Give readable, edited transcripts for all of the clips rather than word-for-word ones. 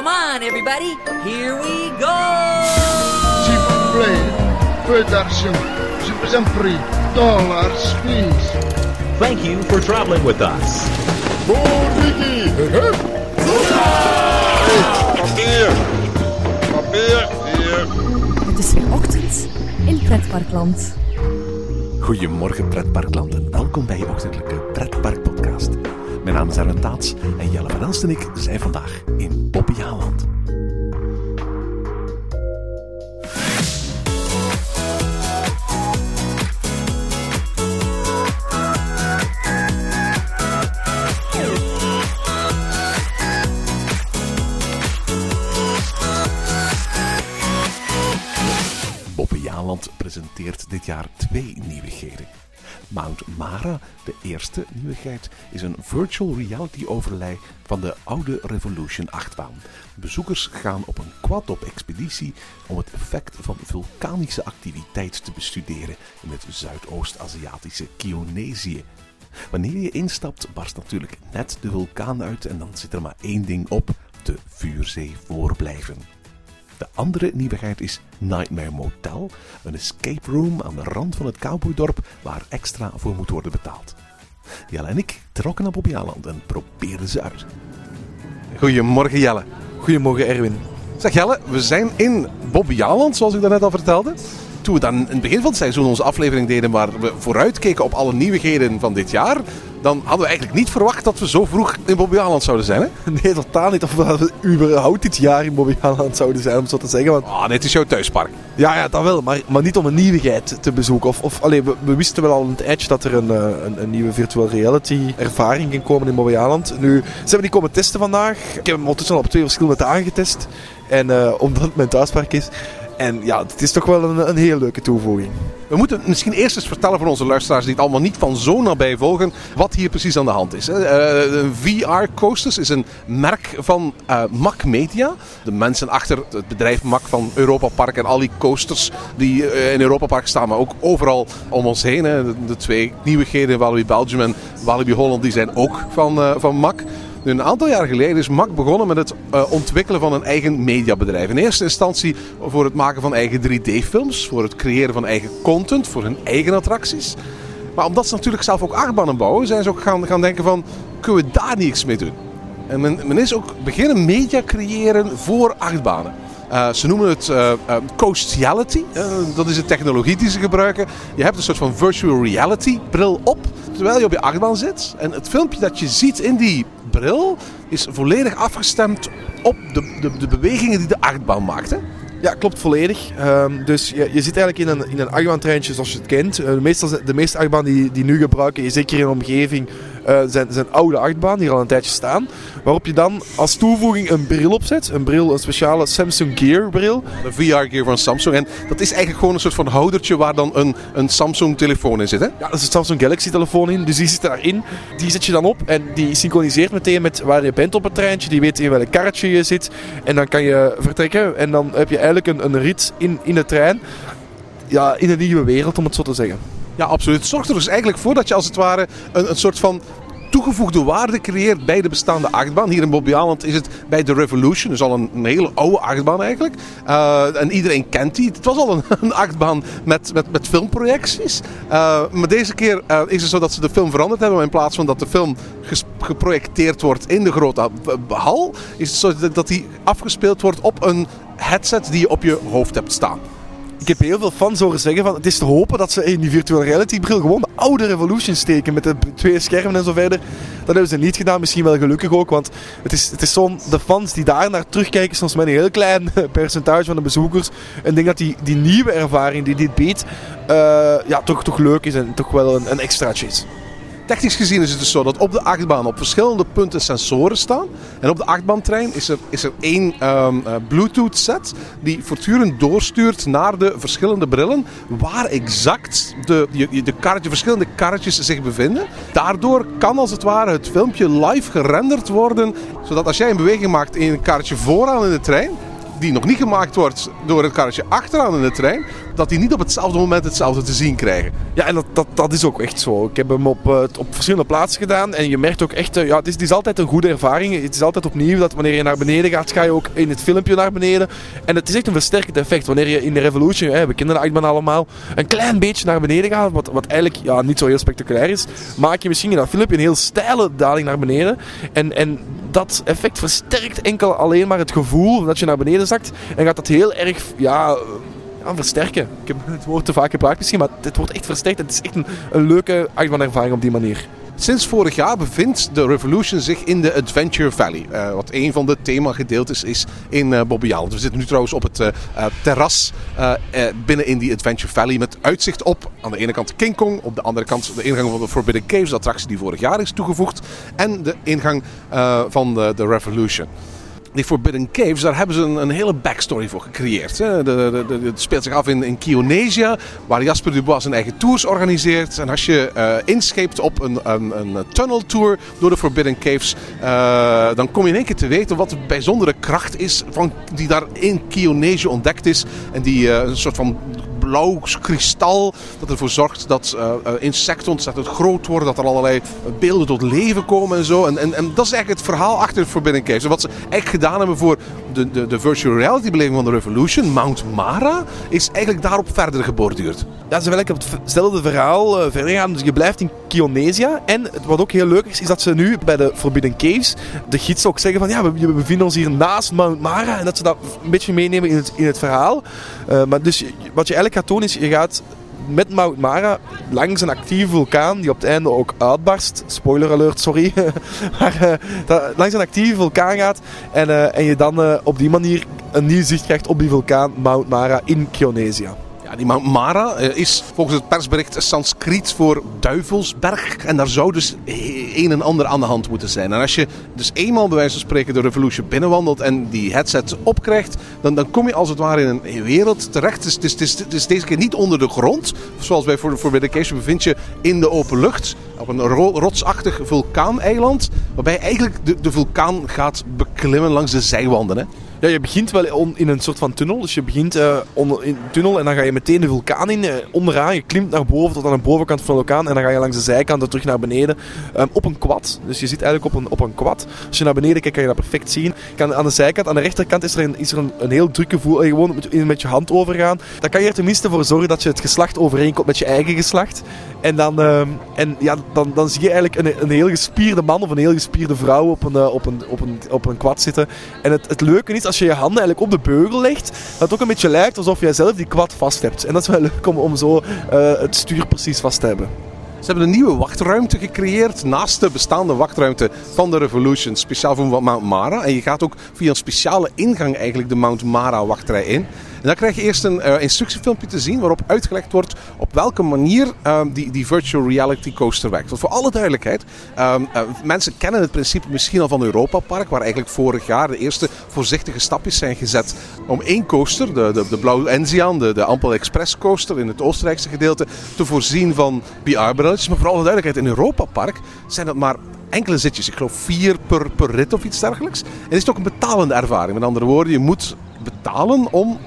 Come on, everybody. Here we go. S'il vous plaît, peu d'argent. Je vous en prie. Dollars, please. Thank you for traveling with us. Ricky. Papier. Hier. Het is weer ochtend in Pretparkland. Goedemorgen Pretparkland en welkom bij je ochtendelijke Pretparkpodcast. Mijn naam is Erwin Taats en Jelle van Elst en ik zijn vandaag in Bobbejaanland. Bobbejaanland presenteert dit jaar 2 nieuwigheden. Mount Mara, de eerste nieuwigheid, is een virtual reality overlay van de oude Revolution achtbaan. Bezoekers gaan op een quad op expeditie om het effect van vulkanische activiteit te bestuderen in het Zuidoost-Aziatische Kironesië. Wanneer je instapt, barst natuurlijk net de vulkaan uit en dan zit er maar één ding op: de vuurzee voorblijven. De andere nieuwigheid is Nightmare Motel, een escape room aan de rand van het cowboydorp waar extra voor moet worden betaald. Jelle en ik trokken naar Bobbejaanland en probeerden ze uit. Goedemorgen Jelle. Goedemorgen Erwin. Zeg Jelle, we zijn in Bobbejaanland, zoals ik daarnet al vertelde. Toen we dan in het begin van het seizoen onze aflevering deden waar we vooruitkeken op alle nieuwigheden van dit jaar, dan hadden we eigenlijk niet verwacht dat we zo vroeg in Bobbejaanland zouden zijn, hè? Nee, totaal niet. Of we überhaupt dit jaar in Bobbejaanland zouden zijn, om het zo te zeggen. Want... dit is jouw thuispark. Ja, dat wel. Maar niet om een nieuwigheid te bezoeken. We wisten wel al in het Edge dat er een nieuwe virtual reality ervaring ging komen in Bobbejaanland. Nu, ze hebben die komen testen vandaag. Ik heb hem ondertussen al op 2 verschillende dagen getest. En omdat het mijn thuispark is. En ja, het is toch wel een heel leuke toevoeging. We moeten misschien eerst eens vertellen voor onze luisteraars die het allemaal niet van zo nabij volgen, wat hier precies aan de hand is. VR Coasters is een merk van Mack Media. De mensen achter het bedrijf Mack van Europa Park en al die coasters die in Europa Park staan, maar ook overal om ons heen. De 2 nieuwigheden, Walibi Belgium en Walibi Holland, die zijn ook van Mack. Nu, een aantal jaar geleden is Mack begonnen met het ontwikkelen van een eigen mediabedrijf. In eerste instantie voor het maken van eigen 3D-films, voor het creëren van eigen content, voor hun eigen attracties. Maar omdat ze natuurlijk zelf ook achtbanen bouwen, zijn ze ook gaan denken van, kunnen we daar niets mee doen? En men is ook beginnen media creëren voor achtbanen. Ze noemen het Coastiality. Dat is de technologie die ze gebruiken. Je hebt een soort van virtual reality bril op, terwijl je op je achtbaan zit. En het filmpje dat je ziet in die bril is volledig afgestemd op de bewegingen die de achtbaan maakt. Hè? Ja, klopt volledig. Dus je zit eigenlijk in een achtbaantreintje zoals je het kent. De meeste achtbanen die nu gebruiken, zeker in een omgeving, zijn oude achtbanen die al een tijdje staan. Waarop je dan als toevoeging een bril opzet. Een speciale Samsung Gear bril. De VR Gear van Samsung. En dat is eigenlijk gewoon een soort van houdertje waar dan een Samsung telefoon in zit. Hè? Ja, dat is een Samsung Galaxy telefoon in. Dus die zit daarin. Die zet je dan op en die synchroniseert meteen met waar je bent op het treintje. Die weet in welk karretje je zit. En dan kan je vertrekken. En dan heb je eigenlijk een rit in de trein. Ja, in een nieuwe wereld, om het zo te zeggen. Ja, absoluut. Het zorgt er dus eigenlijk voor dat je als het ware een soort van toegevoegde waarde creëert bij de bestaande achtbaan. Hier in Bobbejaanland is het bij de Revolution, dus al een hele oude achtbaan eigenlijk. En iedereen kent die. Het was al een achtbaan met filmprojecties. Maar deze keer is het zo dat ze de film veranderd hebben. Maar in plaats van dat de film geprojecteerd wordt in de grote hal, is het zo dat die afgespeeld wordt op een headset die je op je hoofd hebt staan. Ik heb heel veel fans horen zeggen van het is te hopen dat ze in die virtual reality bril gewoon de oude Revolution steken met de 2 schermen en zo verder. Dat hebben ze niet gedaan, misschien wel gelukkig ook, want het is zo'n, de fans die daar naar terugkijken, soms met een heel klein percentage van de bezoekers. En ik denk dat die nieuwe ervaring die dit biedt, toch leuk is en toch wel een extraatje is. Technisch gezien is het dus zo dat op de achtbaan op verschillende punten sensoren staan. En op de achtbaantrein is er 1 Bluetooth set die voortdurend doorstuurt naar de verschillende brillen waar exact de verschillende karretjes zich bevinden. Daardoor kan als het ware het filmpje live gerenderd worden, zodat als jij een beweging maakt in een karretje vooraan in de trein, die nog niet gemaakt wordt door het karretje achteraan in de trein, dat die niet op hetzelfde moment hetzelfde te zien krijgen. Ja, en dat is ook echt zo. Ik heb hem op verschillende plaatsen gedaan en je merkt ook echt, het is altijd een goede ervaring. Het is altijd opnieuw dat wanneer je naar beneden gaat, ga je ook in het filmpje naar beneden. En het is echt een versterkend effect. Wanneer je in de Revolution, we kennen de achtbaan allemaal, een klein beetje naar beneden gaat, wat eigenlijk niet zo heel spectaculair is, maak je misschien in dat filmpje een heel steile daling naar beneden. En dat effect versterkt enkel alleen maar het gevoel dat je naar beneden zakt en gaat dat heel erg, versterken. Ik heb het woord te vaak gebruikt misschien, maar het wordt echt versterkt. Het is echt een leuke achtbaanervaring op die manier. Sinds vorig jaar bevindt de Revolution zich in de Adventure Valley. Wat een van de themagedeeltes is in Bobbejaanland. We zitten nu trouwens op het terras binnen in die Adventure Valley. Met uitzicht op aan de ene kant King Kong. Op de andere kant de ingang van de Forbidden Caves. De attractie die vorig jaar is toegevoegd. En de ingang van de Revolution. Die Forbidden Caves, daar hebben ze een hele backstory voor gecreëerd. Het speelt zich af in Kyonesia, waar Jasper Dubois zijn eigen tours organiseert. En als je inscheept op een tunneltour door de Forbidden Caves, dan kom je in één keer te weten wat de bijzondere kracht is die daar in Kyonesia ontdekt is. En die een soort van blauw kristal dat ervoor zorgt dat insecten ontzettend groot worden, dat er allerlei beelden tot leven komen en zo. En dat is eigenlijk het verhaal achter de Forbidden Caves. En wat ze eigenlijk gedaan hebben voor de virtual reality beleving van de Revolution, Mount Mara, is eigenlijk daarop verder geborduurd. Ja, ze willen op hetzelfde verhaal verder gaan. Dus je blijft in Kyonesia. En wat ook heel leuk is dat ze nu bij de Forbidden Caves de gids ook zeggen van we bevinden ons hier naast Mount Mara. En dat ze dat een beetje meenemen in het verhaal. Maar dus wat je eigenlijk gaat doen is, je gaat met Mount Mara langs een actieve vulkaan die op het einde ook uitbarst. Spoiler alert, sorry. Maar langs een actieve vulkaan gaat en je dan op die manier een nieuw zicht krijgt op die vulkaan Mount Mara in Kyonesia. Ja, die Mount Mara is volgens het persbericht Sanskriet voor duivelsberg. En daar zou dus een en ander aan de hand moeten zijn. En als je dus eenmaal bij wijze van spreken de Revolution binnenwandelt en die headset opkrijgt, dan kom je als het ware in een wereld terecht. Het is deze keer niet onder de grond. Zoals bij Forbidden Caves bevind je in de open lucht. Op een rotsachtig vulkaaneiland. Waarbij je eigenlijk de vulkaan gaat beklimmen langs de zijwanden. Hè? Ja, je begint wel in een soort van tunnel. Dus je begint in een tunnel en dan ga je meteen de vulkaan in. Onderaan, je klimt naar boven tot aan de bovenkant van de vulkaan. En dan ga je langs de zijkanten terug naar beneden. Op een quad. Dus je zit eigenlijk op een quad. Als je naar beneden kijkt, kan je dat perfect zien. Aan de zijkant, aan de rechterkant is er een heel druk gevoel. Gewoon met je hand overgaan. Dan kan je er tenminste voor zorgen dat je het geslacht overeenkomt met je eigen geslacht. En dan zie je eigenlijk een heel gespierde man of een heel gespierde vrouw op een quad zitten. En het leuke is, als je je handen eigenlijk op de beugel legt, dat het ook een beetje lijkt alsof jij zelf die quad vast hebt. En dat is wel leuk om zo het stuur precies vast te hebben. Ze hebben een nieuwe wachtruimte gecreëerd naast de bestaande wachtruimte van de Revolution, speciaal voor Mount Mara. En je gaat ook via een speciale ingang eigenlijk de Mount Mara wachtrij in. En dan krijg je eerst een instructiefilmpje te zien waarop uitgelegd wordt op welke manier die virtual reality coaster werkt. Want voor alle duidelijkheid, mensen kennen het principe misschien al van Europa Park, waar eigenlijk vorig jaar de eerste voorzichtige stapjes zijn gezet om één coaster, de blauwe Enzian, de Ampel Express coaster in het Oostenrijkse gedeelte, te voorzien van VR-brilletjes. Maar voor alle duidelijkheid, in Europa Park zijn dat maar enkele zitjes. Ik geloof 4 per rit of iets dergelijks. En het is ook een betalende ervaring. Met andere woorden, je moet betalen om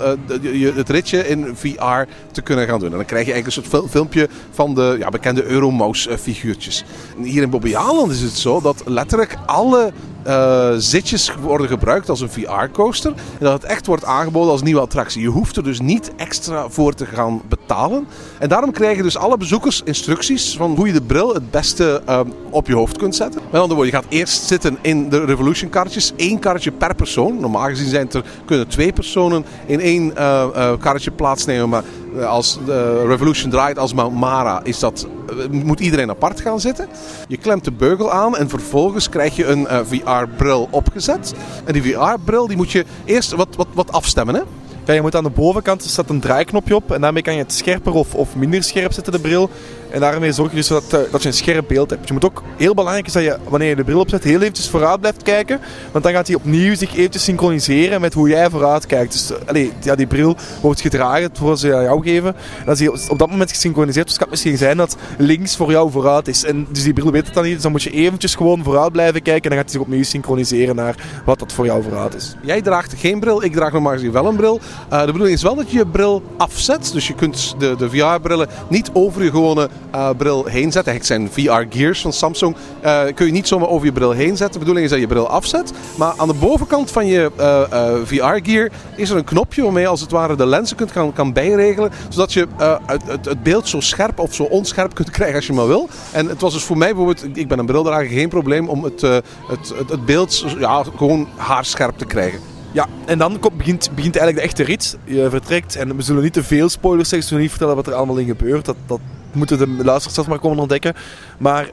het ritje in VR te kunnen gaan doen. En dan krijg je eigenlijk een soort filmpje van de bekende Euromouse figuurtjes. En hier in Bobbejaanland is het zo dat letterlijk alle zitjes worden gebruikt als een VR-coaster. En dat het echt wordt aangeboden als nieuwe attractie. Je hoeft er dus niet extra voor te gaan betalen. En daarom krijgen dus alle bezoekers instructies van hoe je de bril het beste op je hoofd kunt zetten. Met andere woorden, je gaat eerst zitten in de Revolution karretjes. 1 karretje per persoon. Normaal gezien kunnen 2 personen in 1 karretje plaatsnemen. Maar als de Revolution draait als Mount Mara, moet iedereen apart gaan zitten. Je klemt de beugel aan en vervolgens krijg je een VR-bril opgezet. En die VR-bril die moet je eerst wat afstemmen, hè? Ja, je moet aan de bovenkant, er staat een draaiknopje op en daarmee kan je het scherper of minder scherp zetten, de bril. En daarmee zorg je dus dat je een scherp beeld hebt. Je moet ook, heel belangrijk is dat je, wanneer je de bril opzet, heel eventjes vooruit blijft kijken. Want dan gaat hij opnieuw zich eventjes synchroniseren met hoe jij vooruit kijkt. Dus die bril wordt gedragen voor ze aan jou geven. En als hij op dat moment gesynchroniseerd is, kan het misschien zijn dat links voor jou vooruit is. En dus die bril weet het dan niet, dus dan moet je eventjes gewoon vooruit blijven kijken. En dan gaat hij zich opnieuw synchroniseren naar wat dat voor jou vooruit is. Jij draagt geen bril, ik draag normaal gezien wel een bril. De bedoeling is wel dat je je bril afzet. Dus je kunt de VR-brillen niet over je gewone bril heen zetten. Het zijn VR-gears van Samsung. Kun je niet zomaar over je bril heen zetten. De bedoeling is dat je bril afzet. Maar aan de bovenkant van je VR-gear is er een knopje waarmee je als het ware de lenzen kan bijregelen. Zodat je het beeld zo scherp of zo onscherp kunt krijgen als je maar wil. En het was dus voor mij bijvoorbeeld, ik ben een brildrager, geen probleem om het beeld gewoon haarscherp te krijgen. Ja, en dan begint eigenlijk de echte rit. Je vertrekt, en we zullen niet te veel spoilers zeggen, we zullen niet vertellen wat er allemaal in gebeurt. Dat moeten de luisteraars zelf maar komen ontdekken. Maar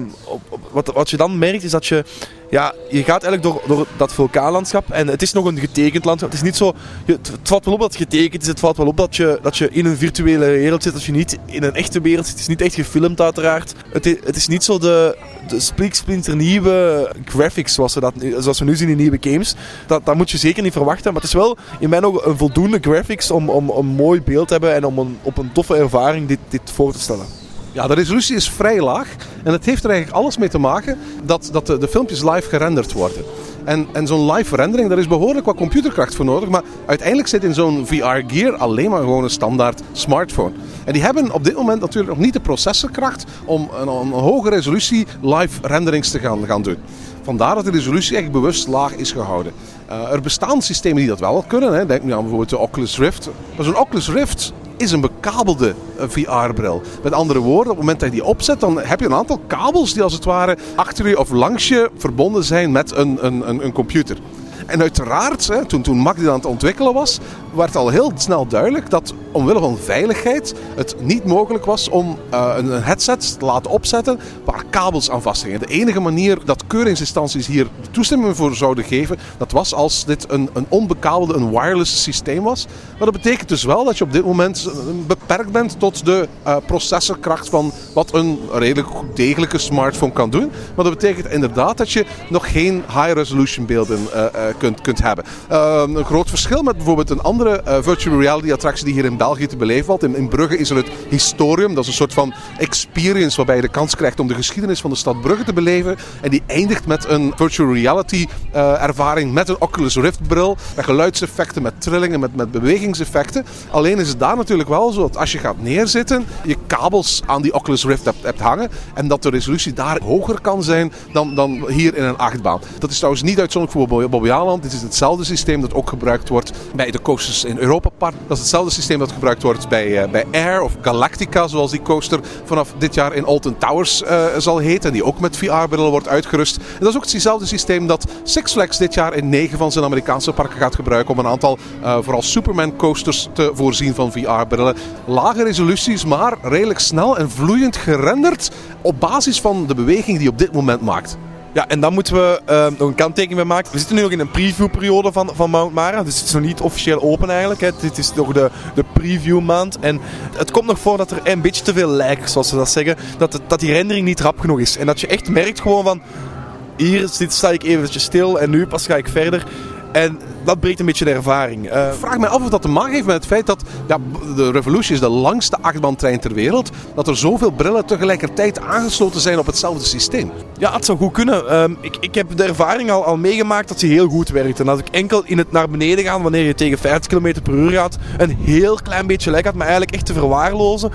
wat je dan merkt is dat je gaat eigenlijk door dat vulkaanlandschap. En het is nog een getekend landschap. Het is niet zo... Het valt wel op dat het getekend is. Het valt wel op dat je in een virtuele wereld zit. Dat je niet in een echte wereld zit. Het is niet echt gefilmd uiteraard. Het is niet zo de splinter nieuwe graphics zoals we nu zien in nieuwe games. Dat moet je zeker niet verwachten. Maar het is wel in mijn ogen een voldoende graphics om een mooi beeld te hebben. En om op een toffe ervaring dit voor te stellen. Ja, de resolutie is vrij laag. En het heeft er eigenlijk alles mee te maken dat de filmpjes live gerenderd worden. En zo'n live rendering, daar is behoorlijk wat computerkracht voor nodig. Maar uiteindelijk zit in zo'n VR-gear alleen maar gewoon een standaard smartphone. En die hebben op dit moment natuurlijk nog niet de processorkracht om een hoge resolutie live renderings te gaan doen. Vandaar dat de resolutie echt bewust laag is gehouden. Er bestaan systemen die dat wel kunnen. Hè. Denk nu aan bijvoorbeeld de Oculus Rift. Maar zo'n Oculus Rift is een bekabelde VR-bril. Met andere woorden, op het moment dat je die opzet, dan heb je een aantal kabels die als het ware achter je of langs je verbonden zijn met een computer. En uiteraard, toen Mac dit aan het ontwikkelen was, werd al heel snel duidelijk dat omwille van veiligheid het niet mogelijk was om een headset te laten opzetten waar kabels aan vasthingen. De enige manier dat keuringsinstanties hier toestemming voor zouden geven, dat was als dit een onbekabelde, een wireless systeem was. Maar dat betekent dus wel dat je op dit moment beperkt bent tot de processorkracht van wat een redelijk degelijke smartphone kan doen. Maar dat betekent inderdaad dat je nog geen high-resolution beelden kunt hebben. Een groot verschil met bijvoorbeeld een andere virtual reality attractie die hier in België te beleven valt. In Brugge is er het Historium. Dat is een soort van experience waarbij je de kans krijgt om de geschiedenis van de stad Brugge te beleven. En die eindigt met een virtual reality ervaring met een Oculus Rift bril. Met geluidseffecten, met trillingen, met bewegingseffecten. Alleen is het daar natuurlijk wel zo dat als je gaat neerzitten, je kabels aan die Oculus Rift hebt hangen. En dat de resolutie daar hoger kan zijn dan hier in een achtbaan. Dat is trouwens niet uitzonderlijk voor Bobbejaanland. Dit is hetzelfde systeem dat ook gebruikt wordt bij de coasters in Europa Park. Dat is hetzelfde systeem dat gebruikt wordt bij Air of Galactica, zoals die coaster vanaf dit jaar in Alton Towers zal heten. En die ook met VR-brillen wordt uitgerust. En dat is ook hetzelfde systeem dat Six Flags dit jaar in 9 van zijn Amerikaanse parken gaat gebruiken om een aantal vooral Superman coasters te voorzien van VR-brillen. Lage resoluties, maar redelijk snel en vloeiend gerenderd op basis van de beweging die je op dit moment maakt. Ja, en dan moeten we nog een kanttekening bij maken. We zitten nu nog in een previewperiode van Mount Mara. Dus het is nog niet officieel open eigenlijk. Hè. Dit is nog de preview maand. En het komt nog voor dat er een beetje te veel lijkt, zoals ze dat zeggen. Dat die rendering niet rap genoeg is. En dat je echt merkt gewoon van... Hier sta ik eventjes stil en nu pas ga ik verder. En dat breekt een beetje de ervaring. Ik vraag me af of dat te maken heeft met het feit dat de Revolution is de langste achtbaantrein ter wereld. Dat er zoveel brillen tegelijkertijd aangesloten zijn op hetzelfde systeem. Ja, het zou goed kunnen. Ik heb de ervaring al meegemaakt dat ze heel goed werkt. En dat ik enkel in het naar beneden gaan, wanneer je tegen 50 km per uur gaat, een heel klein beetje lijk had, maar eigenlijk echt te verwaarlozen.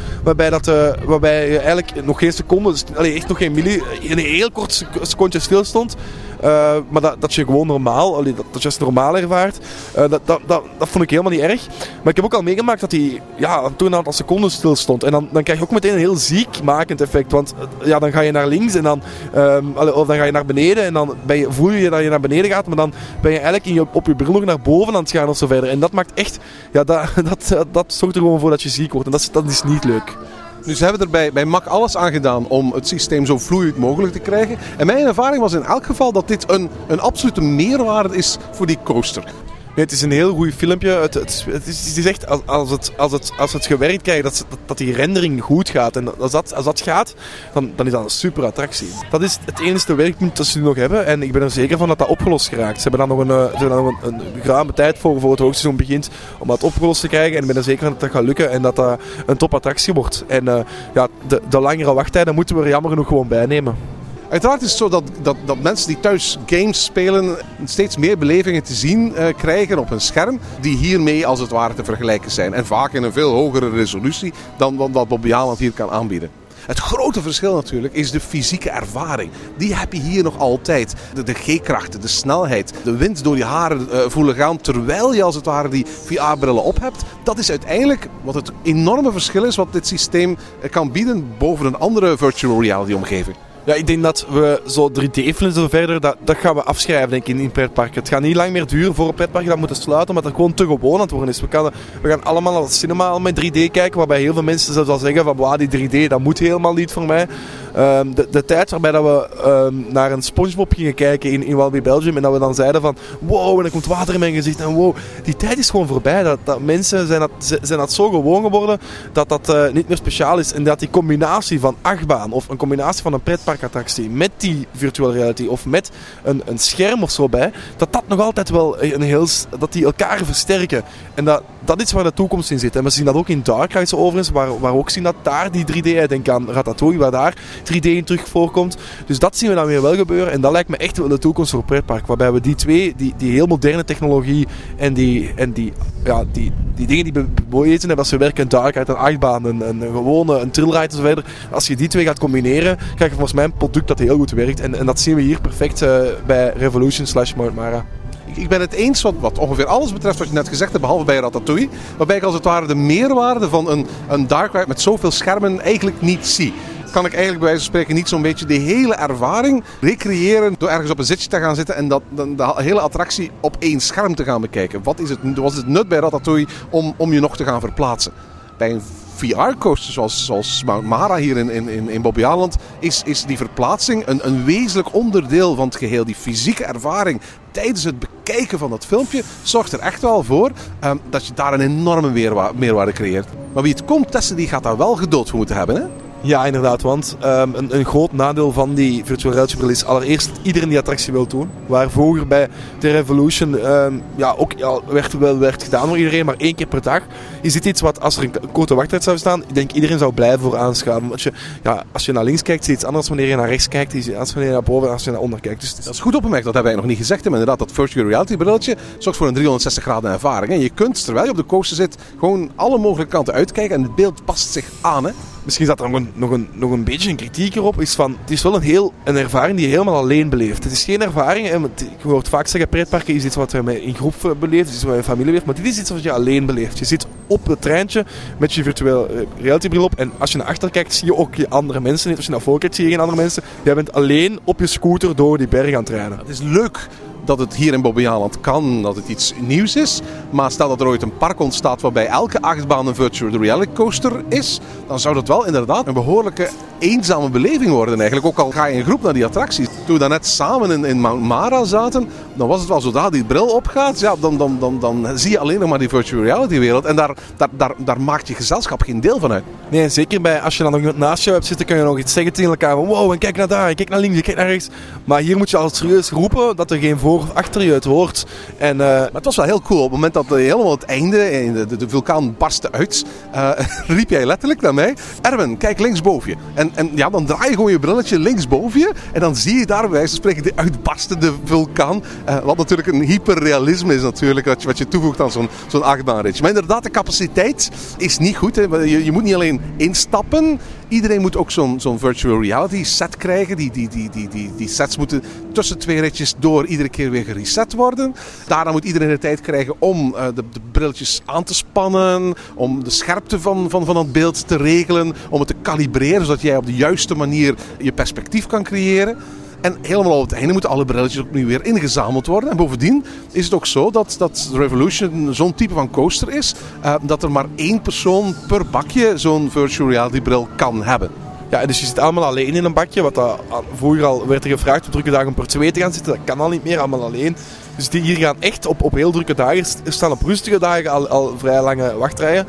Waarbij je eigenlijk nog geen seconde, dus echt nog geen milli, een heel kort secondje stilstond. Maar dat je gewoon normaal, dat je het normaal ervaart, dat vond ik helemaal niet erg. Maar ik heb ook al meegemaakt dat hij toen een aantal seconden stilstond. En dan krijg je ook meteen een heel ziekmakend effect. Want dan ga je naar links en of dan ga je naar beneden en dan voel je dat je naar beneden gaat, maar dan ben je eigenlijk op je bril nog naar boven aan het gaan of zo verder. En dat maakt echt, dat zorgt er gewoon voor dat je ziek wordt. En dat is niet leuk. Dus ze hebben er bij Mac alles aan gedaan om het systeem zo vloeiend mogelijk te krijgen. En mijn ervaring was in elk geval dat dit een absolute meerwaarde is voor die coaster. Nee, het is een heel goed filmpje. Het is echt, als het gewerkt krijgt, dat die rendering goed gaat. En als dat gaat, dan is dat een super attractie. Dat is het enige werkpunt dat ze nu nog hebben. En ik ben er zeker van dat dat opgelost geraakt. Ze hebben dan nog een ruime tijd voor het hoogseizoen begint om dat opgelost te krijgen. En ik ben er zeker van dat dat gaat lukken en dat dat een topattractie wordt. En de langere wachttijden moeten we er jammer genoeg gewoon bijnemen. Uiteraard is het zo dat mensen die thuis games spelen steeds meer belevingen te zien krijgen op een scherm die hiermee als het ware te vergelijken zijn. En vaak in een veel hogere resolutie dan wat Bobby Aland hier kan aanbieden. Het grote verschil natuurlijk is de fysieke ervaring. Die heb je hier nog altijd. De G-krachten, de snelheid, de wind door je haren voelen gaan terwijl je als het ware die VR-brillen op hebt. Dat is uiteindelijk wat het enorme verschil is wat dit systeem kan bieden boven een andere virtual reality omgeving. Ja, ik denk dat we zo 3D-films en zo verder, dat gaan we afschrijven denk ik in pretparken. Het gaat niet lang meer duren voor een pretpark dat moeten sluiten, omdat het gewoon te gewoon aan het worden is. We gaan allemaal naar het cinema al met 3D kijken, waarbij heel veel mensen zelfs al zeggen van, wow, die 3D, dat moet helemaal niet voor mij. De tijd waarbij dat we naar een SpongeBob gingen kijken in Walibi Belgium en dat we dan zeiden van, wow, en er komt water in mijn gezicht en wow, die tijd is gewoon voorbij. Dat mensen zijn dat zo gewoon geworden dat niet meer speciaal is en dat die combinatie van achtbaan of een combinatie van een pretparkattractie met die virtual reality of met een scherm of zo bij, dat nog altijd wel dat die elkaar versterken. En dat is waar de toekomst in zit. En we zien dat ook in Dark Rides overigens, waar we ook zien dat daar die 3D, denk aan Ratatouille, waar daar 3D in terug voorkomt. Dus dat zien we dan weer wel gebeuren. En dat lijkt me echt wel de toekomst voor pretpark. Waarbij we die twee, die heel moderne technologie en die dingen die we bewezen hebben als we werken in Dark Ride, een achtbaan, een gewone, een trailride en zo verder. Als je die twee gaat combineren, krijg je volgens mij een product dat heel goed werkt. En dat zien we hier perfect bij Revolution / Mount Mara. Ik ben het eens wat ongeveer alles betreft wat je net gezegd hebt, behalve bij Ratatouille. Waarbij ik als het ware de meerwaarde van een dark ride met zoveel schermen eigenlijk niet zie. Kan ik eigenlijk bij wijze van spreken niet zo'n beetje de hele ervaring recreëren door ergens op een zitje te gaan zitten en de hele attractie op één scherm te gaan bekijken. Wat is het nut bij Ratatouille om je nog te gaan verplaatsen? Bij een VR-coaster zoals Mount Mara hier in Bobby Aland is die verplaatsing een wezenlijk onderdeel van het geheel. Die fysieke ervaring tijdens het bekijken van dat filmpje zorgt er echt wel voor dat je daar een enorme meerwaarde creëert. Maar wie het komt testen, die gaat daar wel geduld voor moeten hebben, hè? Ja, inderdaad, want een groot nadeel van die virtual reality bril is allereerst iedereen die attractie wil doen. Waar vroeger bij de Revolution werd gedaan door iedereen, maar 1 keer per dag. Is dit iets wat, als er een korte wachttijd zou staan, ik denk iedereen zou blijven voor aanschaven. Als je naar links kijkt, zie je iets anders wanneer je naar rechts kijkt, zie je als wanneer je naar boven en als je naar onder kijkt. Dus dat is goed opgemerkt, dat hebben wij nog niet gezegd. Maar inderdaad, dat virtual reality brilletje zorgt voor een 360 graden ervaring. En je kunt, terwijl je op de coaster zit, gewoon alle mogelijke kanten uitkijken en het beeld past zich aan, hè? Misschien staat er nog een beetje een kritiek erop. Het is wel een ervaring die je helemaal alleen beleeft. Het is geen ervaring. Je hoort vaak zeggen, pretparken is iets wat je in groep beleeft. Het is iets wat je familie beleeft. Maar dit is iets wat je alleen beleeft. Je zit op het treintje met je virtual reality bril op. En als je naar achter kijkt, zie je ook je andere mensen niet. Als je naar voren kijkt, zie je geen andere mensen. Jij bent alleen op je scooter door die berg aan het rijden. Het is leuk dat het hier in Bobby Aland kan, dat het iets nieuws is. Maar stel dat er ooit een park ontstaat waarbij elke achtbaan een virtual reality coaster is, dan zou dat wel inderdaad een behoorlijke eenzame beleving worden eigenlijk. Ook al ga je in groep naar die attracties. Toen we daarnet samen in Mount Mara zaten, dan was het wel zodra die bril opgaat, ja, dan zie je alleen nog maar die virtual reality wereld. En daar maakt je gezelschap geen deel van uit. Nee, zeker bij als je dan nog iemand naast je hebt zitten, kun je nog iets zeggen tegen elkaar van wow, en kijk naar daar, en kijk naar links, en kijk naar rechts. Maar hier moet je al serieus roepen dat er geen voor of achter je het hoort. Maar het was wel heel cool. Op het moment dat helemaal het einde, de vulkaan barstte uit, riep jij letterlijk naar mij, Erwin, kijk linksboven je. En ja, dan draai je gewoon je brilletje linksboven je en dan zie je daar bij wijze van spreken de uitbarstende vulkaan. Wat natuurlijk een hyperrealisme is natuurlijk, wat je toevoegt aan zo'n achtbaanritje. Maar inderdaad, de capaciteit is niet goed. Hè. Je moet niet alleen instappen. Iedereen moet ook zo'n virtual reality set krijgen. Die sets moeten tussen 2 ritjes door iedere keer weer gereset worden. Daarna moet iedereen de tijd krijgen om de brilletjes aan te spannen. Om de scherpte van het beeld te regelen. Om het te kalibreren, zodat jij op de juiste manier je perspectief kan creëren. En helemaal op het einde moeten alle brilletjes opnieuw weer ingezameld worden. En bovendien is het ook zo dat Revolution zo'n type van coaster is, dat er maar 1 persoon per bakje zo'n virtual reality bril kan hebben. Ja, dus je zit allemaal alleen in een bakje. Vroeger al werd er gevraagd op drukke dagen om per 2 te gaan zitten. Dat kan al niet meer, allemaal alleen. Dus die hier gaan echt op heel drukke dagen. Er staan op rustige dagen al vrij lange wachtrijen.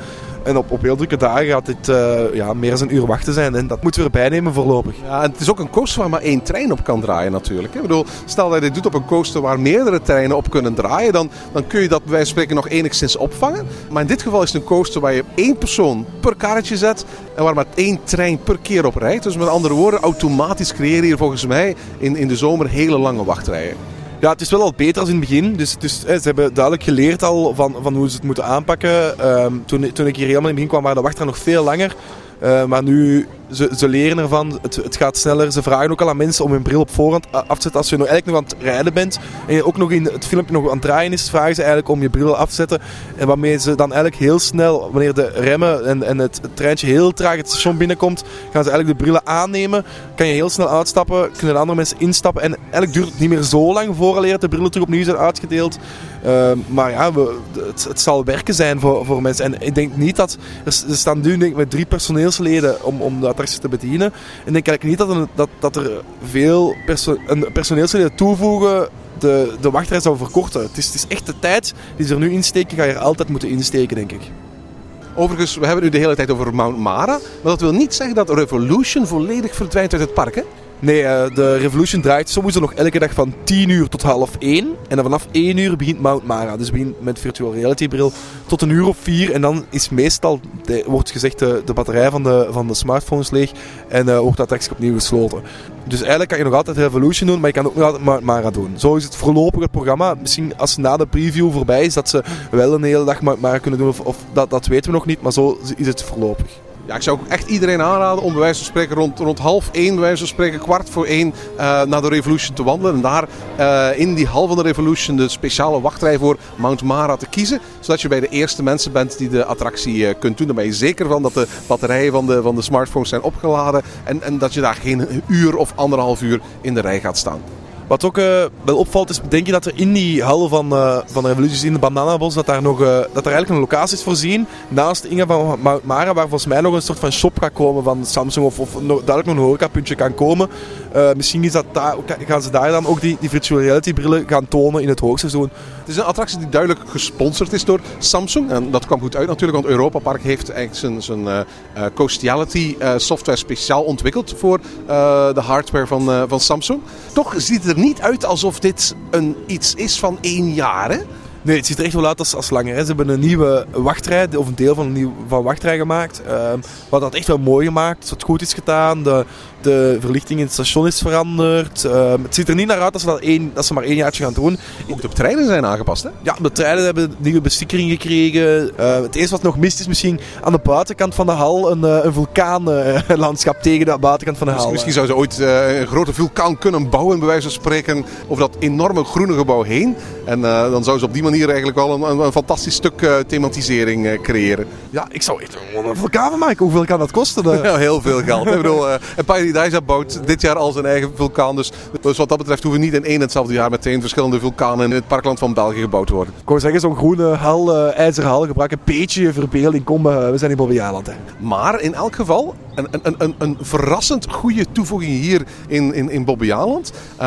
En op heel drukke dagen gaat dit meer dan een uur wachten zijn. En dat moeten we erbij nemen voorlopig. Ja, en het is ook een coaster waar maar 1 trein op kan draaien natuurlijk. Ik bedoel, stel dat je dit doet op een coaster waar meerdere treinen op kunnen draaien, dan kun je dat bij wijze van spreken nog enigszins opvangen. Maar in dit geval is het een coaster waar je 1 persoon per karretje zet en waar maar 1 trein per keer op rijdt. Dus met andere woorden, automatisch creëer je hier volgens mij in de zomer hele lange wachtrijen. Ja, het is wel al beter als in het begin. Dus ze hebben duidelijk geleerd al van hoe ze het moeten aanpakken. Toen ik hier helemaal in het begin kwam, waren de wachtrijen nog veel langer. Maar nu, ze leren ervan, het gaat sneller. Ze vragen ook al aan mensen om hun bril op voorhand af te zetten. Als je eigenlijk nog aan het rijden bent en je ook nog in het filmpje nog aan het draaien is, vragen ze eigenlijk om je bril af te zetten. En waarmee ze dan eigenlijk heel snel, wanneer de remmen en het treintje heel traag het station binnenkomt, gaan ze eigenlijk de brillen aannemen. Kan je heel snel uitstappen, kunnen de andere mensen instappen. En eigenlijk duurt het niet meer zo lang vooraleer de brillen terug opnieuw zijn uitgedeeld. Maar ja, het zal werken zijn voor mensen. En ik denk niet dat... Er staan nu denk ik met 3 personeelsleden om de attracties te bedienen. En ik denk eigenlijk niet dat er veel personeelsleden toevoegen de wachtrij zou verkorten. Het is echt de tijd die ze er nu insteken, ga je er altijd moeten insteken, denk ik. Overigens, we hebben nu de hele tijd over Mount Mara. Maar dat wil niet zeggen dat Revolution volledig verdwijnt uit het park, hè? Nee, de Revolution draait sowieso nog elke dag van 10 uur tot 12:30. En dan vanaf 1 uur begint Mount Mara. Dus begint met virtual reality bril tot 1 uur of 4. En dan is meestal, wordt gezegd, de batterij van de smartphones leeg. En wordt dat attractie opnieuw gesloten. Dus eigenlijk kan je nog altijd Revolution doen, maar je kan ook nog altijd Mount Mara doen. Zo is het voorlopig het programma. Misschien als na de preview voorbij is, dat ze wel een hele dag Mount Mara kunnen doen. Of dat weten we nog niet, maar zo is het voorlopig. Ja, ik zou ook echt iedereen aanraden om bij wijze van spreken rond 12:30, bij wijze van spreken 1:15 naar de Revolution te wandelen. En daar in die hal van de Revolution de speciale wachtrij voor Mount Mara te kiezen. Zodat je bij de eerste mensen bent die de attractie kunt doen. Dan ben je zeker van dat de batterijen van de smartphones zijn opgeladen. En dat je daar geen uur of 1,5 uur in de rij gaat staan. Wat ook wel opvalt is, denk je dat er in die hal van Revolutions in de Bananabos, dat er eigenlijk een locatie is voorzien, naast de ingang van Mount Mara, waar volgens mij nog een soort van shop gaat komen van Samsung of duidelijk nog een horecapuntje kan komen. Misschien is dat gaan ze daar dan ook die virtual reality brillen gaan tonen in het hoogseizoen. Het is een attractie die duidelijk gesponsord is door Samsung. En dat kwam goed uit natuurlijk, want Europa Park heeft eigenlijk zijn Coastiality software speciaal ontwikkeld voor de hardware van Samsung. Toch ziet het er niet uit alsof dit iets is van 1 jaar, hè? Nee, het ziet er echt wel uit als langer. Hè. Ze hebben een nieuwe wachtrij, of een deel van wachtrij gemaakt. Wat dat echt wel mooi gemaakt, dat het goed is gedaan. De verlichting in het station is veranderd. Het ziet er niet naar uit dat ze maar 1 jaartje gaan doen. Ook de treinen zijn aangepast, hè? Ja, de treinen hebben nieuwe bestikkering gekregen. Het eerste wat nog mist is misschien aan de buitenkant van de hal een vulkaanlandschap tegen de buitenkant van de hal. Misschien zou ze ooit een grote vulkaan kunnen bouwen, bij wijze van spreken, over dat enorme groene gebouw heen. En dan zou ze op die manier eigenlijk wel een fantastisch stuk thematisering creëren. Ja, ik zou echt een vulkaan van maken. Hoeveel kan dat kosten? Ja, heel veel geld. Ik bedoel, Paradise bouwt dit jaar al zijn eigen vulkaan. Dus wat dat betreft hoeven niet in 1 en hetzelfde jaar meteen verschillende vulkanen in het parkland van België gebouwd te worden. Ik wou zeggen, zo'n groene hal, ijzeren hal, gebruik een beetje verbeelding. Kom, we zijn in Bobbejaanland. Maar in elk geval, een verrassend goede toevoeging hier in Bobbejaanland.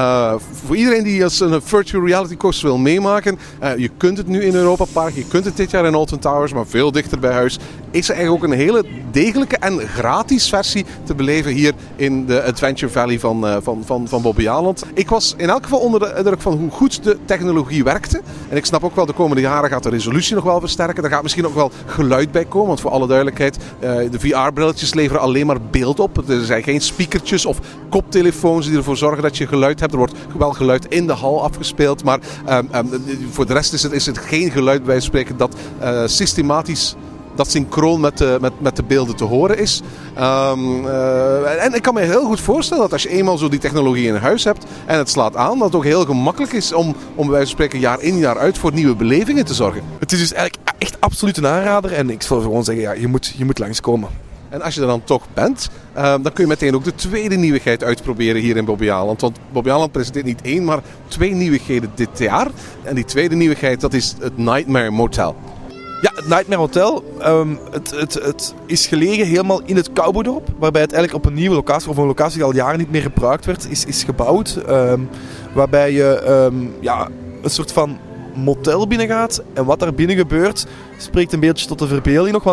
Voor iedereen die als een virtual reality coaster wil meemaken, je kunt het nu in Europa Park, je kunt het dit jaar in Alton Towers, maar veel dichter bij huis, is er eigenlijk ook een hele degelijke en gratis versie te beleven hier in de Adventure Valley van Bobbejaanland. Ik was in elk geval onder de indruk van hoe goed de technologie werkte. En ik snap ook wel, de komende jaren gaat de resolutie nog wel versterken. Er gaat misschien ook wel geluid bij komen, want voor alle duidelijkheid, de VR-brilletjes leveren alleen maar beeld op. Er zijn geen speakertjes of koptelefoons die ervoor zorgen dat je geluid hebt. Er wordt wel geluid in de hal afgespeeld, maar voor de rest is het geen geluid bij spreken dat systematisch, dat synchroon met de beelden te horen is. En ik kan me heel goed voorstellen dat als je eenmaal zo die technologie in huis hebt en het slaat aan, dat het ook heel gemakkelijk is om bij wijze van spreken jaar in jaar uit voor nieuwe belevingen te zorgen. Het is dus eigenlijk echt absoluut een aanrader en ik zal gewoon zeggen, ja, je moet langskomen. En als je er dan toch bent, dan kun je meteen ook de tweede nieuwigheid uitproberen hier in Bobbejaanland. Want Bobbejaanland presenteert niet 1, maar 2 nieuwigheden dit jaar. En die tweede nieuwigheid, dat is het Nightmare Motel. Ja, het Nightmare Hotel. Het is gelegen helemaal in het Cowboydorp, waarbij het eigenlijk op een nieuwe locatie, of een locatie die al jaren niet meer gebruikt werd, is gebouwd. Waarbij je een soort van motel binnengaat. En wat daar binnen gebeurt, spreekt een beetje tot de verbeelding nog, want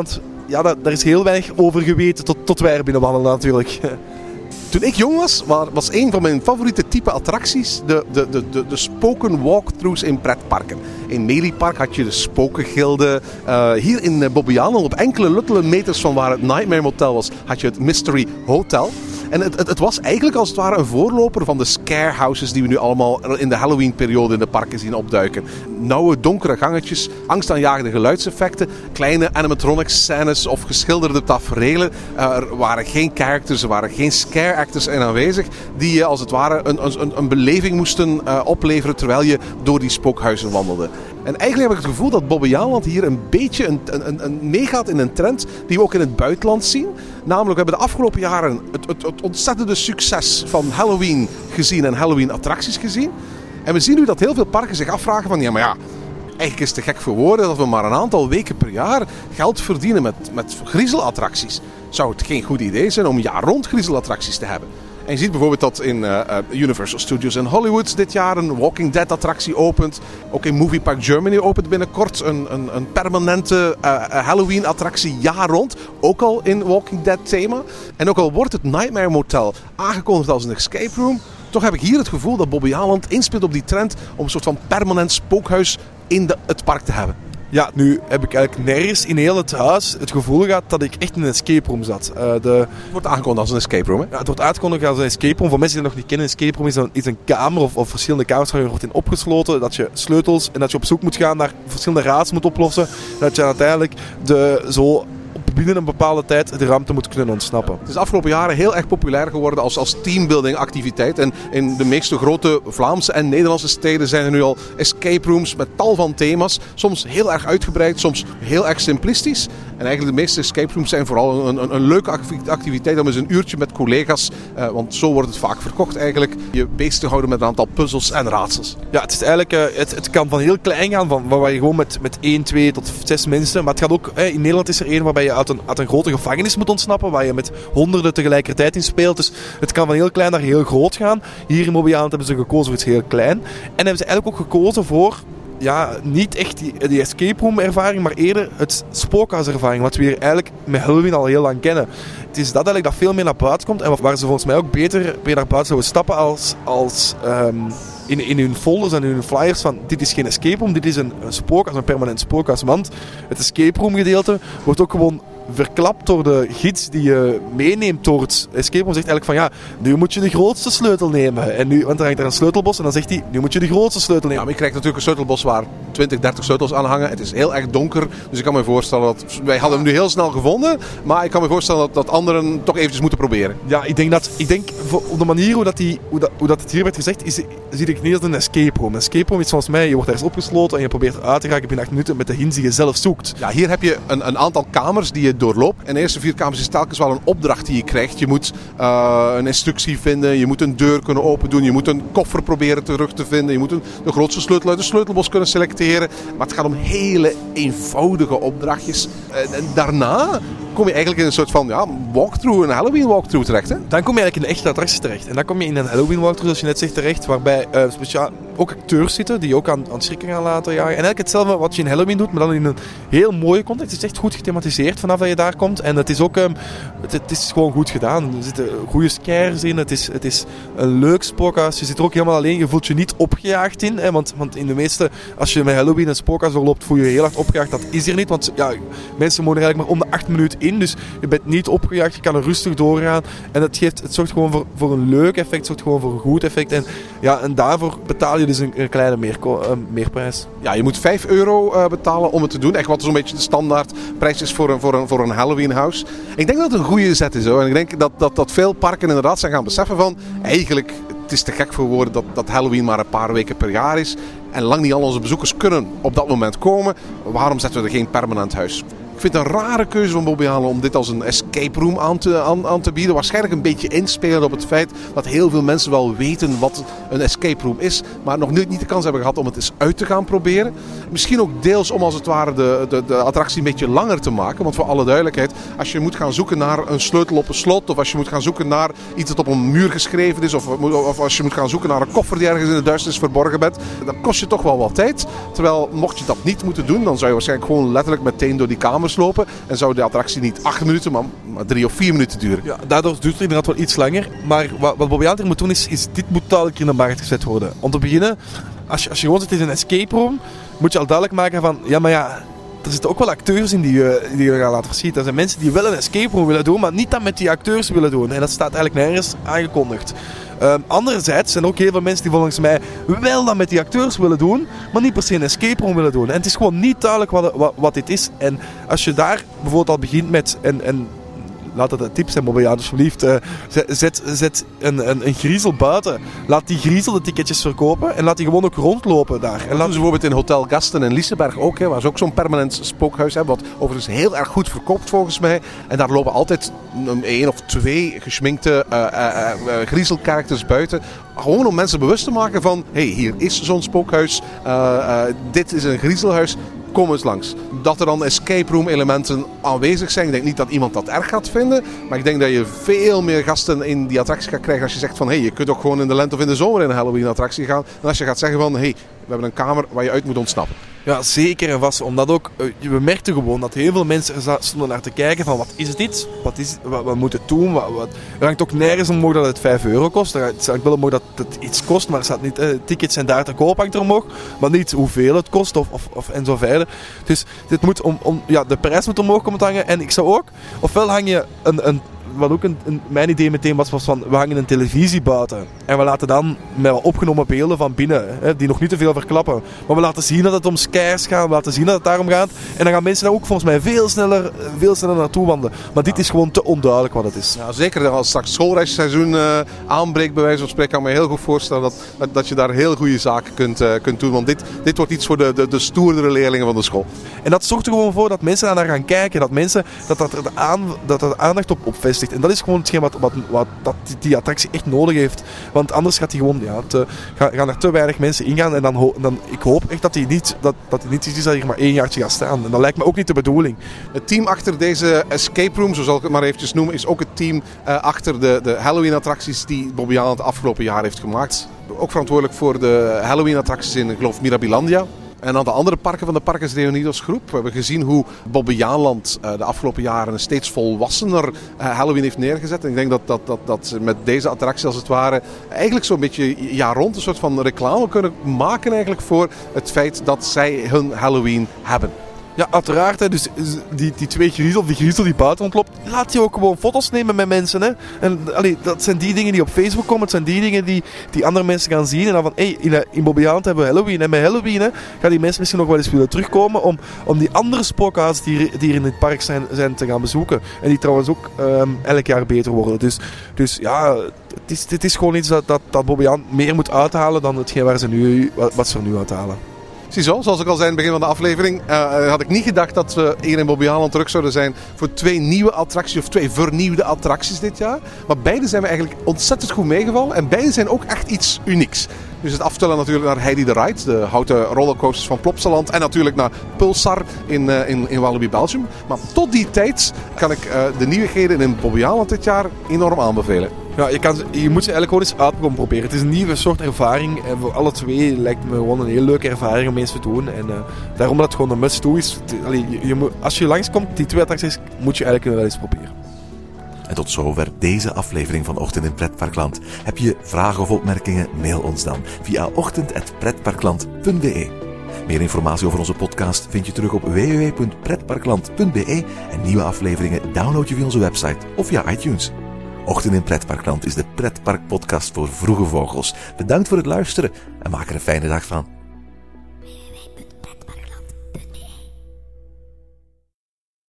ja, daar is heel weinig over geweten tot wij er binnen wandelen natuurlijk. Toen ik jong was een van mijn favoriete type attracties de spoken walkthroughs in pretparken. In Meliepark had je de spokengilde. Hier in Bobbejaanland, op enkele luttele meters van waar het Nightmare Motel was, had je het Mystery Hotel. En het was eigenlijk als het ware een voorloper van de scare houses die we nu allemaal in de Halloween-periode in de parken zien opduiken. Nauwe, donkere gangetjes, angstaanjagende geluidseffecten, kleine animatronic-scènes of geschilderde taferelen. Er waren geen characters, er waren geen scare actors in aanwezig die als het ware een beleving moesten opleveren terwijl je door die spookhuizen wandelde. En eigenlijk heb ik het gevoel dat Bobbejaanland hier een beetje meegaat in een trend die we ook in het buitenland zien. Namelijk, we hebben de afgelopen jaren het ontzettende succes van Halloween gezien en Halloween-attracties gezien. En we zien nu dat heel veel parken zich afvragen van, ja, maar ja, eigenlijk is het te gek voor woorden dat we maar een aantal weken per jaar geld verdienen met griezelattracties. Zou het geen goed idee zijn om jaar rond griezelattracties te hebben? En je ziet bijvoorbeeld dat in Universal Studios in Hollywood dit jaar een Walking Dead attractie opent. Ook in Movie Park Germany opent binnenkort een permanente Halloween attractie jaar rond. Ook al in Walking Dead thema. En ook al wordt het Nightmare Motel aangekondigd als een escape room, toch heb ik hier het gevoel dat Bobbejaanland inspeelt op die trend om een soort van permanent spookhuis in het park te hebben. Ja, nu heb ik eigenlijk nergens in heel het huis het gevoel gehad dat ik echt in een escape room zat. Het wordt aangekondigd als een escape room, hè? Ja, het wordt aangekondigd als een escape room. Voor mensen die het nog niet kennen, een escape room is een kamer of verschillende kamers waar je wordt in opgesloten. Dat je sleutels en dat je op zoek moet gaan naar verschillende raads moet oplossen. Dat je uiteindelijk binnen een bepaalde tijd de ruimte moet kunnen ontsnappen. Het is de afgelopen jaren heel erg populair geworden als teambuilding activiteit. En in de meeste grote Vlaamse en Nederlandse steden zijn er nu al escape rooms met tal van thema's. Soms heel erg uitgebreid, soms heel erg simplistisch. En eigenlijk de meeste escape rooms zijn vooral een leuke activiteit om eens een uurtje met collega's, want zo wordt het vaak verkocht eigenlijk, je bezig te houden met een aantal puzzels en raadsels. Ja, het is eigenlijk, het kan van heel klein gaan, waar je gewoon met 1, 2 tot 6 mensen, maar het gaat ook, in Nederland is er één waarbij je uit een grote gevangenis moet ontsnappen, waar je met honderden tegelijkertijd in speelt. Dus het kan van heel klein naar heel groot gaan. Hier in Bobbejaanland hebben ze gekozen voor iets heel klein. En hebben ze eigenlijk ook gekozen voor, ja, niet echt die escape room ervaring, maar eerder het spookhuiservaring, wat we hier eigenlijk met Halloween al heel lang kennen. Het is dat eigenlijk dat veel meer naar buiten komt en waar ze volgens mij ook beter naar buiten zouden stappen als in hun folders en in hun flyers van dit is geen escape room, dit is een spookhuis, een permanent spookhuis. Want het escape room gedeelte wordt ook gewoon verklapt door de gids die je meeneemt door het escape room. Zegt eigenlijk van ja, nu moet je de grootste sleutel nemen. En nu, want er hangt er een sleutelbos en dan zegt hij, nu moet je de grootste sleutel nemen. Ja, maar je krijgt natuurlijk een sleutelbos waar 20, 30 sleutels aan hangen. Het is heel erg donker, dus ik kan me voorstellen dat wij hadden hem nu heel snel gevonden, maar ik kan me voorstellen dat anderen toch eventjes moeten proberen. Ja, ik denk op de manier hoe dat het hier werd gezegd, zie ik niet als een escape room. Een escape room is volgens mij, je wordt ergens opgesloten en je probeert uit te raken binnen 8 minuten met de hints die je zelf zoekt. Ja, hier heb je een aantal kamers die je doorloopt. En de eerste 4 kamers is telkens wel een opdracht die je krijgt. Je moet een instructie vinden, je moet een deur kunnen open doen, je moet een koffer proberen terug te vinden, je moet de grootste sleutel uit de sleutelbos kunnen selecteren. Maar het gaat om hele eenvoudige opdrachtjes. En daarna kom je eigenlijk in een soort van walkthrough, een Halloween walkthrough terecht. Hè? Dan kom je eigenlijk in een echte attractie terecht. En dan kom je in een Halloween walkthrough, zoals je net zegt, terecht, waarbij speciaal ook acteurs zitten die ook aan schrikken gaan laten jagen. En eigenlijk hetzelfde wat je in Halloween doet, maar dan in een heel mooie context. Het is echt goed gethematiseerd vanaf dat je daar komt. En het is ook het is gewoon goed gedaan. Er zitten goede scares in. Het is een leuk spookhuis. Je zit er ook helemaal alleen. Je voelt je niet opgejaagd in. Hè? Want in de meeste, als je met Halloween een spookhuis doorloopt, voel je je heel hard opgejaagd. Dat is er niet. Want ja, mensen mogen er eigenlijk maar om de 8 minuten in. Dus je bent niet opgejaagd. Je kan er rustig doorgaan. En het zorgt gewoon voor een leuk effect. Het zorgt gewoon voor een goed effect. En daarvoor betaal je dus een kleine meerprijs. Ja, je moet €5 betalen om het te doen. Echt wat zo'n beetje de standaard prijs is voor een Halloween house. Ik denk dat het een goede zet is. Hoor. En ik denk dat veel parken inderdaad zijn gaan beseffen van eigenlijk, het is te gek voor woorden dat Halloween maar een paar weken per jaar is. En lang niet al onze bezoekers kunnen op dat moment komen. Waarom zetten we er geen permanent huis? Ik vind het een rare keuze van Bobbejaanland om dit als een escape room aan te bieden. Waarschijnlijk een beetje inspelen op het feit dat heel veel mensen wel weten wat een escape room is. Maar nog niet de kans hebben gehad om het eens uit te gaan proberen. Misschien ook deels om als het ware de attractie een beetje langer te maken. Want voor alle duidelijkheid, als je moet gaan zoeken naar een sleutel op een slot. Of als je moet gaan zoeken naar iets dat op een muur geschreven is. Of als je moet gaan zoeken naar een koffer die ergens in de duisternis verborgen bent. Dan kost je toch wel wat tijd. Terwijl mocht je dat niet moeten doen, dan zou je waarschijnlijk gewoon letterlijk meteen door die kamer kamers lopen. En zou de attractie niet 8 minuten, maar 3 of 4 minuten duren. Ja, daardoor duurt het inderdaad wel iets langer. Maar wat Bobbejaanland hier moet doen is dit moet duidelijk in de markt gezet worden. Om te beginnen, als je gewoon zit in een escape room, moet je al duidelijk maken van, er zitten ook wel acteurs in die je gaan laten verschieten. Er zijn mensen die wel een escape room willen doen, maar niet dat met die acteurs willen doen. En dat staat eigenlijk nergens aangekondigd. Anderzijds zijn er ook heel veel mensen die volgens mij wel dat met die acteurs willen doen, maar niet per se een escape room willen doen. En het is gewoon niet duidelijk wat dit is. En als je daar bijvoorbeeld al begint met... Laat het een tip zijn, Bobbejaanland, alsjeblieft. Zet een griezel buiten. Laat die griezel de ticketjes verkopen en laat die gewoon ook rondlopen daar. En Dat doen ze bijvoorbeeld in Hotel Gasten in Liseberg ook, waar ze ook zo'n permanent spookhuis hebben, wat overigens heel erg goed verkoopt volgens mij. En daar lopen altijd 1 of 2 geschminkte griezelkarakters buiten. Gewoon om mensen bewust te maken van, hier is zo'n spookhuis. Dit is een griezelhuis. Kom eens langs. Dat er dan escape room elementen aanwezig zijn. Ik denk niet dat iemand dat erg gaat vinden. Maar ik denk dat je veel meer gasten in die attractie gaat krijgen. Als je zegt van, je kunt ook gewoon in de lente of in de zomer in een Halloween attractie gaan. En als je gaat zeggen van, we hebben een kamer waar je uit moet ontsnappen. Ja, zeker en vast. Omdat ook, we merkten gewoon dat heel veel mensen er stonden naar te kijken van, wat is dit? Wat moet het doen? Er hangt ook nergens omhoog dat het €5 kost. Het is wel omhoog dat het iets kost, maar er staat niet, tickets zijn daar te koop, hangt er omhoog. Maar niet hoeveel het kost of en zo verder. Dus dit moet de prijs moet omhoog komen te hangen. En ik zou ook, ofwel hang je wat ook mijn idee meteen was van, we hangen een televisie buiten. En we laten dan met wat opgenomen beelden van binnen, die nog niet te veel verklappen. Maar we laten zien dat het om scares gaat, we laten zien dat het daarom gaat. En dan gaan mensen daar ook volgens mij veel sneller naartoe wandelen. Maar dit is gewoon te onduidelijk wat het is. Ja, zeker als straks schoolreisseizoen aanbreekt, bij wijze van spreken, kan ik me heel goed voorstellen dat je daar heel goede zaken kunt doen. Want dit wordt iets voor de stoerdere leerlingen van de school. En dat zorgt er gewoon voor dat mensen daar naar gaan kijken. Dat er aandacht op vestigt. En dat is gewoon hetgeen wat die attractie echt nodig heeft. Want anders gaat die gewoon, gaan er te weinig mensen ingaan. En dan ik hoop echt dat die niet is dat hier maar 1 jaartje gaat staan. En dat lijkt me ook niet de bedoeling. Het team achter deze escape room, zo zal ik het maar eventjes noemen, is ook het team achter de Halloween attracties die Bobbejaanland het afgelopen jaar heeft gemaakt. Ook verantwoordelijk voor de Halloween attracties in, ik geloof, Mirabilandia. En aan de andere parken van de Parques Reunidos groep. We hebben gezien hoe Bobbejaanland de afgelopen jaren een steeds volwassener Halloween heeft neergezet. En ik denk dat ze met deze attractie als het ware eigenlijk zo'n beetje jaar rond een soort van reclame kunnen maken eigenlijk voor het feit dat zij hun Halloween hebben. Ja, uiteraard. Hè. Dus die 2 griezel, die griezel die buiten rondloopt, laat je ook gewoon foto's nemen met mensen. Hè. En dat zijn die dingen die op Facebook komen. Het zijn die dingen die andere mensen gaan zien. En dan van, in Bobbejaanland hebben we Halloween. En met Halloween gaan die mensen misschien nog wel eens willen terugkomen om die andere spookhuizen die hier in het park zijn te gaan bezoeken. En die trouwens ook elk jaar beter worden. Dus ja, het is gewoon iets dat Bobbejaanland meer moet uithalen dan hetgeen wat ze er nu uithalen. Ziezo, zoals ik al zei in het begin van de aflevering, had ik niet gedacht dat we hier in Bobbejaanland terug zouden zijn voor 2 nieuwe attracties of 2 vernieuwde attracties dit jaar. Maar beide zijn me eigenlijk ontzettend goed meegevallen en beide zijn ook echt iets unieks. Dus het aftellen natuurlijk naar Heidi the Ride, de houten rollercoasters van Plopsaland. En natuurlijk naar Pulsar in Walibi Belgium. Maar tot die tijd kan ik de nieuwigheden in Bobbejaanland dit jaar enorm aanbevelen. Ja, je moet ze eigenlijk gewoon eens uit proberen. Het is een nieuwe soort ervaring. En voor alle 2 lijkt me gewoon een heel leuke ervaring om eens te doen. En daarom dat het gewoon een must-do is. Als je langskomt, die 2 attracties, moet je eigenlijk wel eens proberen. En tot zover deze aflevering van Ochtend in Pretparkland. Heb je vragen of opmerkingen? Mail ons dan via ochtend@pretparkland.be. Meer informatie over onze podcast vind je terug op www.pretparkland.be en nieuwe afleveringen download je via onze website of via iTunes. Ochtend in Pretparkland is de pretparkpodcast voor vroege vogels. Bedankt voor het luisteren en maak er een fijne dag van.